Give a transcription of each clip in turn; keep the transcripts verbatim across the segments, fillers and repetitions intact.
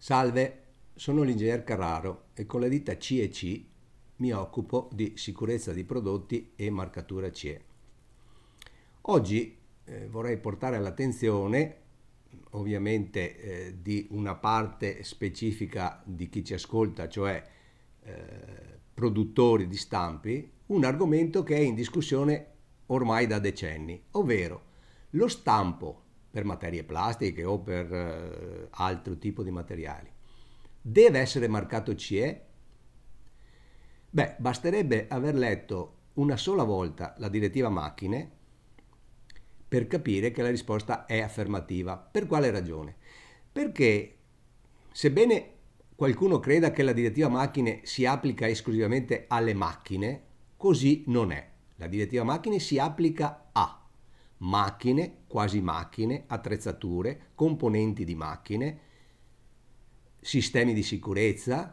Salve, sono l'ingegner Carraro e con la ditta C e C mi occupo di sicurezza di prodotti e marcatura C E. Oggi eh, vorrei portare all'attenzione, ovviamente eh, di una parte specifica di chi ci ascolta, cioè eh, produttori di stampi, un argomento che è in discussione ormai da decenni, ovvero lo stampo per materie plastiche o per eh, altro tipo di materiali deve essere marcato C E? Beh, basterebbe aver letto una sola volta la direttiva macchine per capire che la risposta è affermativa. Per quale ragione? Perché sebbene qualcuno creda che la direttiva macchine si applica esclusivamente alle macchine, così non è. La direttiva macchine si applica a macchine, quasi macchine, attrezzature, componenti di macchine, sistemi di sicurezza,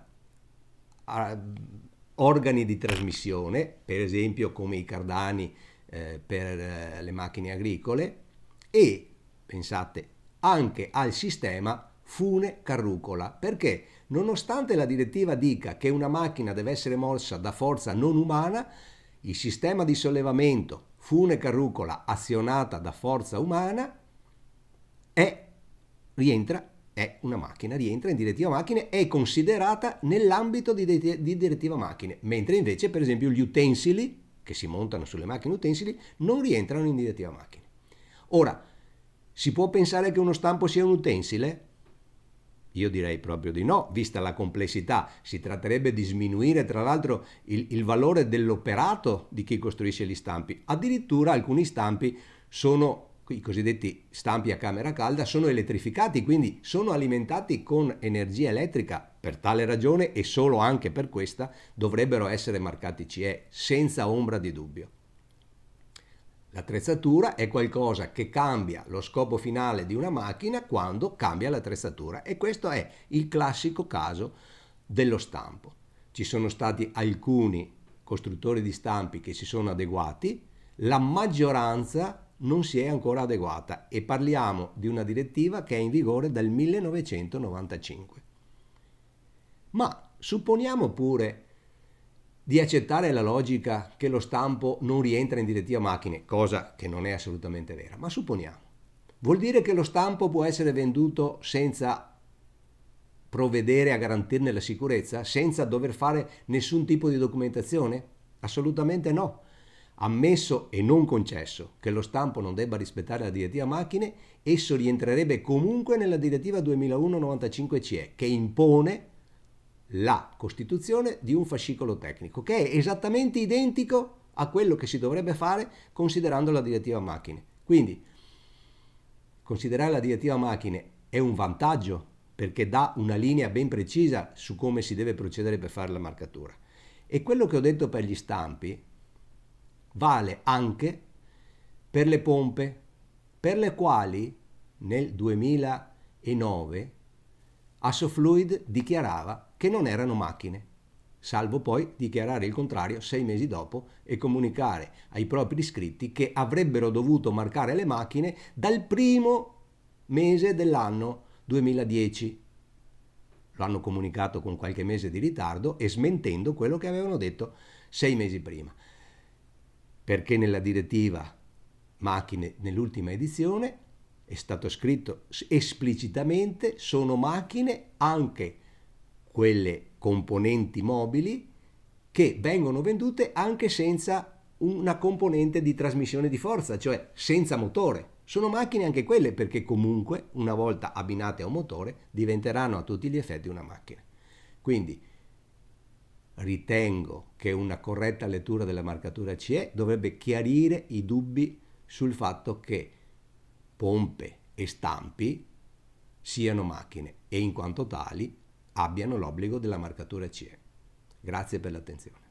organi di trasmissione, per esempio come i cardani eh, per eh, le macchine agricole, e, pensate, anche al sistema fune-carrucola, perché nonostante la direttiva dica che una macchina deve essere mossa da forza non umana, il sistema di sollevamento fune-carrucola azionata da forza umana è, rientra, è una macchina, rientra in direttiva macchine, è considerata nell'ambito di, de- di direttiva macchine, mentre invece per esempio gli utensili che si montano sulle macchine utensili non rientrano in direttiva macchine. Ora, si può pensare che uno stampo sia un utensile? Io direi proprio di no, vista la complessità. Si tratterebbe di sminuire tra l'altro il, il valore dell'operato di chi costruisce gli stampi. Addirittura alcuni stampi sono, i cosiddetti stampi a camera calda, sono elettrificati, quindi sono alimentati con energia elettrica. Per tale ragione e solo anche per questa dovrebbero essere marcati C E, senza ombra di dubbio. L'attrezzatura è qualcosa che cambia lo scopo finale di una macchina quando cambia l'attrezzatura, e questo è il classico caso dello stampo. Ci sono stati alcuni costruttori di stampi che si sono adeguati, la maggioranza non si è ancora adeguata, e parliamo di una direttiva che è in vigore dal millenovecentonovantacinque. Ma supponiamo pure di accettare la logica che lo stampo non rientra in direttiva macchine, cosa che non è assolutamente vera, ma supponiamo. Vuol dire che lo stampo può essere venduto senza provvedere a garantirne la sicurezza, senza dover fare nessun tipo di documentazione? Assolutamente no. Ammesso e non concesso che lo stampo non debba rispettare la direttiva macchine, esso rientrerebbe comunque nella direttiva duemilauno novantacinque C E, che impone la costituzione di un fascicolo tecnico, che è esattamente identico a quello che si dovrebbe fare considerando la direttiva macchine. Quindi, considerare la direttiva macchine è un vantaggio, perché dà una linea ben precisa su come si deve procedere per fare la marcatura. E quello che ho detto per gli stampi vale anche per le pompe, per le quali nel duemilanove Assofluid dichiarava che non erano macchine, salvo poi dichiarare il contrario sei mesi dopo e comunicare ai propri iscritti che avrebbero dovuto marcare le macchine dal primo mese dell'anno duemiladieci. Lo hanno comunicato con qualche mese di ritardo e smentendo quello che avevano detto sei mesi prima, perché nella direttiva macchine nell'ultima edizione è stato scritto esplicitamente: sono macchine anche quelle componenti mobili che vengono vendute anche senza una componente di trasmissione di forza, cioè senza motore. Sono macchine anche quelle, perché comunque una volta abbinate a un motore diventeranno a tutti gli effetti una macchina. Quindi ritengo che una corretta lettura della marcatura C E dovrebbe chiarire i dubbi sul fatto che pompe e stampi siano macchine e in quanto tali abbiano l'obbligo della marcatura C E. Grazie per l'attenzione.